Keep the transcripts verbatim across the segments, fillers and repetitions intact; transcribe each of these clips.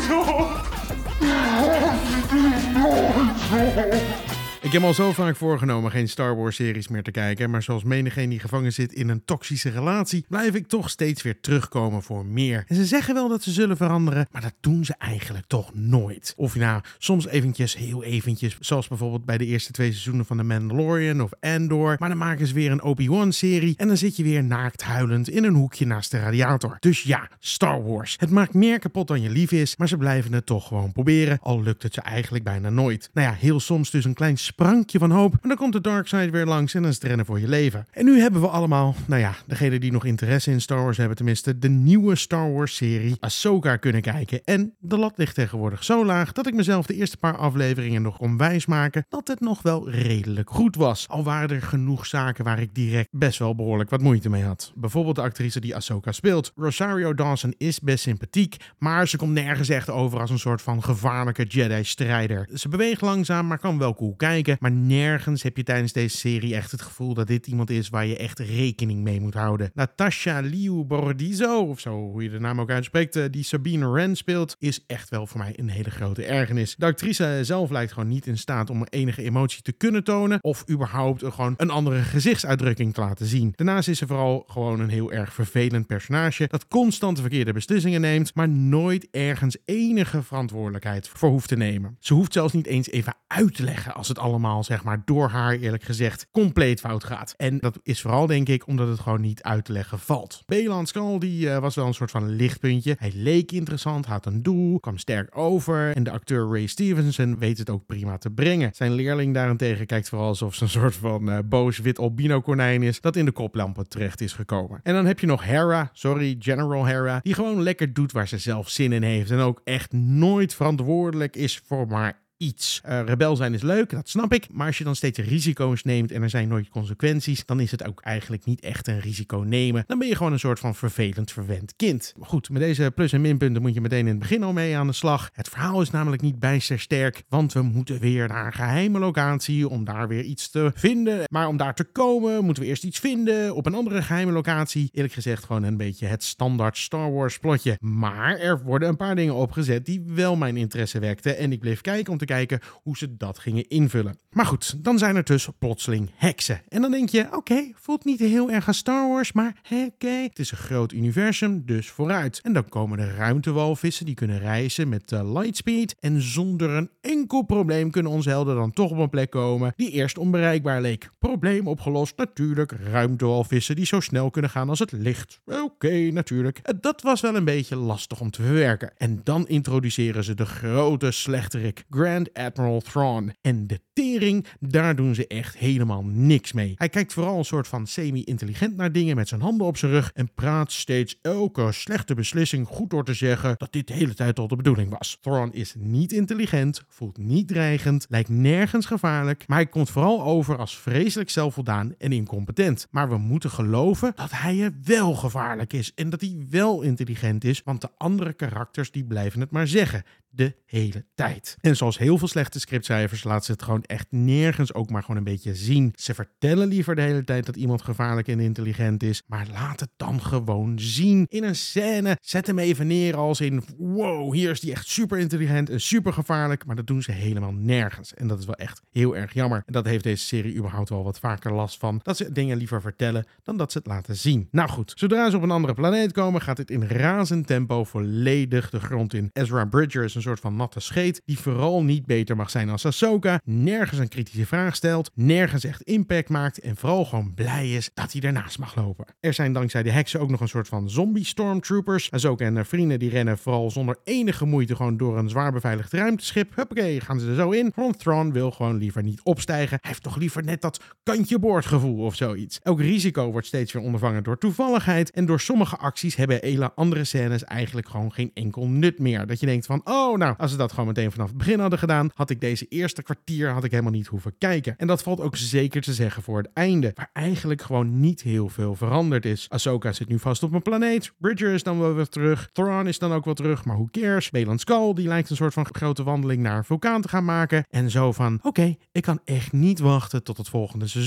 Ik heb me al zo vaak voorgenomen geen Star Wars series meer te kijken, maar zoals menigeen die gevangen zit in een toxische relatie, blijf ik toch steeds weer terugkomen voor meer. En ze zeggen wel dat ze zullen veranderen, maar dat doen ze eigenlijk toch nooit. Of nou, soms eventjes, heel eventjes, zoals bijvoorbeeld bij de eerste twee seizoenen van The Mandalorian of Andor, maar dan maken ze weer een Obi-Wan serie en dan zit je weer naakt huilend in een hoekje naast de radiator. Dus ja, Star Wars. Het maakt meer kapot dan je lief is, maar ze blijven het toch gewoon proberen, al lukt het ze eigenlijk bijna nooit. Nou ja, heel soms dus een klein sprankje van hoop, maar dan komt de dark side weer langs en dan is het rennen voor je leven. En nu hebben we allemaal, nou ja, degenen die nog interesse in Star Wars hebben tenminste, de nieuwe Star Wars serie Ahsoka kunnen kijken. En de lat ligt tegenwoordig zo laag dat ik mezelf de eerste paar afleveringen nog kon wijsmaken dat het nog wel redelijk goed was. Al waren er genoeg zaken waar ik direct best wel behoorlijk wat moeite mee had. Bijvoorbeeld de actrice die Ahsoka speelt. Rosario Dawson is best sympathiek, maar ze komt nergens echt over als een soort van gevaarlijke Jedi-strijder. Ze beweegt langzaam, maar kan wel cool kijken. Maar nergens heb je tijdens deze serie echt het gevoel dat dit iemand is waar je echt rekening mee moet houden. Natasha Liu Bordizzo, of zo hoe je de naam ook uitspreekt, die Sabine Wren speelt, is echt wel voor mij een hele grote ergernis. De actrice zelf lijkt gewoon niet in staat om enige emotie te kunnen tonen of überhaupt gewoon een andere gezichtsuitdrukking te laten zien. Daarnaast is ze vooral gewoon een heel erg vervelend personage dat constant de verkeerde beslissingen neemt, maar nooit ergens enige verantwoordelijkheid voor hoeft te nemen. Ze hoeft zelfs niet eens even uit te leggen als het allemaal, zeg maar, door haar eerlijk gezegd compleet fout gaat. En dat is vooral, denk ik, omdat het gewoon niet uit te leggen valt. Baylan Skoll, die uh, was wel een soort van lichtpuntje. Hij leek interessant, had een doel, kwam sterk over en de acteur Ray Stevenson weet het ook prima te brengen. Zijn leerling daarentegen kijkt vooral alsof ze een soort van uh, boos wit albino konijn is dat in de koplampen terecht is gekomen. En dan heb je nog Hera, sorry, General Hera, die gewoon lekker doet waar ze zelf zin in heeft en ook echt nooit verantwoordelijk is voor maar iets. Uh, rebel zijn is leuk, dat snap ik. Maar als je dan steeds risico's neemt en er zijn nooit consequenties, dan is het ook eigenlijk niet echt een risico nemen. Dan ben je gewoon een soort van vervelend verwend kind. Maar goed, met deze plus- en minpunten moet je meteen in het begin al mee aan de slag. Het verhaal is namelijk niet bijster sterk, want we moeten weer naar een geheime locatie om daar weer iets te vinden. Maar om daar te komen, moeten we eerst iets vinden op een andere geheime locatie. Eerlijk gezegd gewoon een beetje het standaard Star Wars plotje. Maar er worden een paar dingen opgezet die wel mijn interesse wekten en ik bleef kijken om te kijken hoe ze dat gingen invullen. Maar goed, dan zijn er dus plotseling heksen. En dan denk je, oké, okay, voelt niet heel erg als Star Wars, maar oké, okay, het is een groot universum, dus vooruit. En dan komen de ruimtewalvissen, die kunnen reizen met uh, lightspeed en zonder een enkel probleem kunnen onze helden dan toch op een plek komen die eerst onbereikbaar leek. Probleem opgelost, natuurlijk, ruimtewalvissen die zo snel kunnen gaan als het licht. Oké, okay, natuurlijk. Dat was wel een beetje lastig om te verwerken. En dan introduceren ze de grote slechterik, Grand Admiral Thrawn. En de tering, daar doen ze echt helemaal niks mee. Hij kijkt vooral een soort van semi-intelligent naar dingen met zijn handen op zijn rug en praat steeds elke slechte beslissing goed door te zeggen dat dit de hele tijd al de bedoeling was. Thrawn is niet intelligent, voelt niet dreigend, lijkt nergens gevaarlijk, maar hij komt vooral over als vreselijk zelfvoldaan en incompetent. Maar we moeten geloven dat hij er wel gevaarlijk is en dat hij wel intelligent is, want de andere karakters die blijven het maar zeggen. De hele tijd. En zoals heel veel slechte scriptschrijvers laten ze het gewoon echt nergens ook maar gewoon een beetje zien. Ze vertellen liever de hele tijd dat iemand gevaarlijk en intelligent is, maar laat het dan gewoon zien. In een scène, zet hem even neer als in, wow, hier is die echt super intelligent en super gevaarlijk, maar dat doen ze helemaal nergens. En dat is wel echt heel erg jammer. En dat heeft deze serie überhaupt wel wat vaker last van, dat ze dingen liever vertellen dan dat ze het laten zien. Nou goed, zodra ze op een andere planeet komen, gaat het in razend tempo volledig de grond in. Ezra Bridger is een soort van natte scheet, die vooral niet beter mag zijn als Ahsoka, nergens een kritische vraag stelt, nergens echt impact maakt en vooral gewoon blij is dat hij ernaast mag lopen. Er zijn dankzij de heksen ook nog een soort van zombie stormtroopers. Ahsoka en haar vrienden die rennen vooral zonder enige moeite gewoon door een zwaar beveiligd ruimteschip. Huppakee, gaan ze er zo in. Ron Thrawn wil gewoon liever niet opstijgen. Hij heeft toch liever net dat kantje boordgevoel of zoiets. Elk risico wordt steeds weer ondervangen door toevalligheid en door sommige acties hebben hele andere scènes eigenlijk gewoon geen enkel nut meer. Dat je denkt van, oh nou, als ze dat gewoon meteen vanaf het begin hadden gedaan, had ik deze eerste kwartier had ik helemaal niet hoeven kijken. En dat valt ook zeker te zeggen voor het einde, waar eigenlijk gewoon niet heel veel veranderd is. Ahsoka zit nu vast op een planeet, Bridger is dan wel weer terug, Thrawn is dan ook wel terug, maar who cares? Baylan Skoll, die lijkt een soort van grote wandeling naar een vulkaan te gaan maken. En zo van, oké, okay, ik kan echt niet wachten tot het volgende seizoen.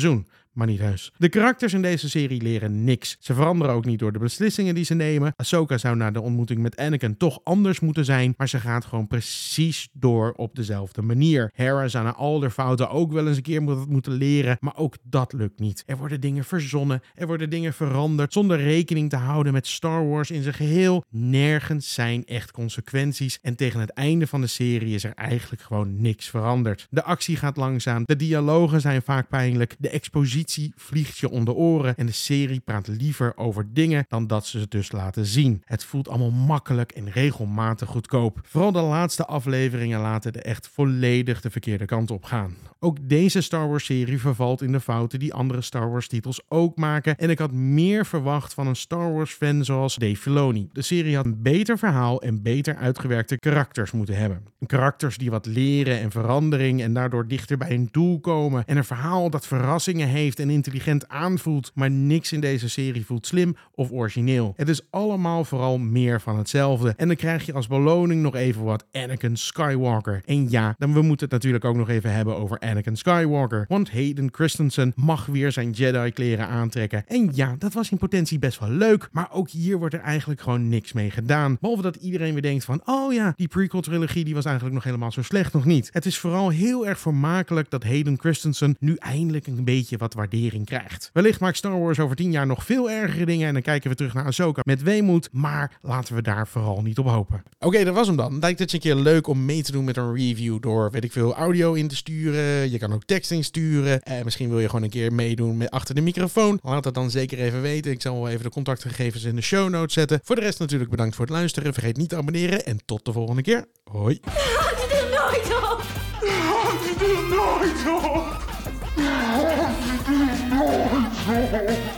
maar niet heus. De karakters in deze serie leren niks. Ze veranderen ook niet door de beslissingen die ze nemen. Ahsoka zou na de ontmoeting met Anakin toch anders moeten zijn, maar ze gaat gewoon precies door op dezelfde manier. Hera zou na al haar fouten ook wel eens een keer moeten leren, maar ook dat lukt niet. Er worden dingen verzonnen, er worden dingen veranderd, zonder rekening te houden met Star Wars in zijn geheel. Nergens zijn echt consequenties en tegen het einde van de serie is er eigenlijk gewoon niks veranderd. De actie gaat langzaam, de dialogen zijn vaak pijnlijk, de expositie vliegt je om de oren en de serie praat liever over dingen dan dat ze het dus laten zien. Het voelt allemaal makkelijk en regelmatig goedkoop. Vooral de laatste afleveringen laten de echt volledig de verkeerde kant op gaan. Ook deze Star Wars serie vervalt in de fouten die andere Star Wars titels ook maken en ik had meer verwacht van een Star Wars fan zoals Dave Filoni. De serie had een beter verhaal en beter uitgewerkte karakters moeten hebben. Karakters die wat leren en verandering en daardoor dichter bij een doel komen en een verhaal dat verrassingen heeft en intelligent aanvoelt, maar niks in deze serie voelt slim of origineel. Het is allemaal vooral meer van hetzelfde en dan krijg je als beloning nog even wat Anakin Skywalker. En ja, dan we moeten het natuurlijk ook nog even hebben over Anakin Skywalker, want Hayden Christensen mag weer zijn Jedi kleren aantrekken. En ja, dat was in potentie best wel leuk, maar ook hier wordt er eigenlijk gewoon niks mee gedaan. Behalve dat iedereen weer denkt van, oh ja, die prequel trilogie die was eigenlijk nog helemaal zo slecht nog niet. Het is vooral heel erg vermakelijk dat Hayden Christensen nu eindelijk een beetje wat waardering krijgt. Wellicht maakt Star Wars over tien jaar nog veel ergere dingen en dan kijken we terug naar Ahsoka met weemoed, maar laten we daar vooral niet op hopen. Oké, okay, dat was hem dan. Lijkt het je een keer leuk om mee te doen met een review door, weet ik veel, audio in te sturen. Je kan ook tekst insturen. Eh, misschien wil je gewoon een keer meedoen met achter de microfoon. Laat het dan zeker even weten. Ik zal wel even de contactgegevens in de show notes zetten. Voor de rest natuurlijk bedankt voor het luisteren. Vergeet niet te abonneren en tot de volgende keer. Hoi. Houd je er nooit op! Houd je er nooit op! Houd je er nooit op!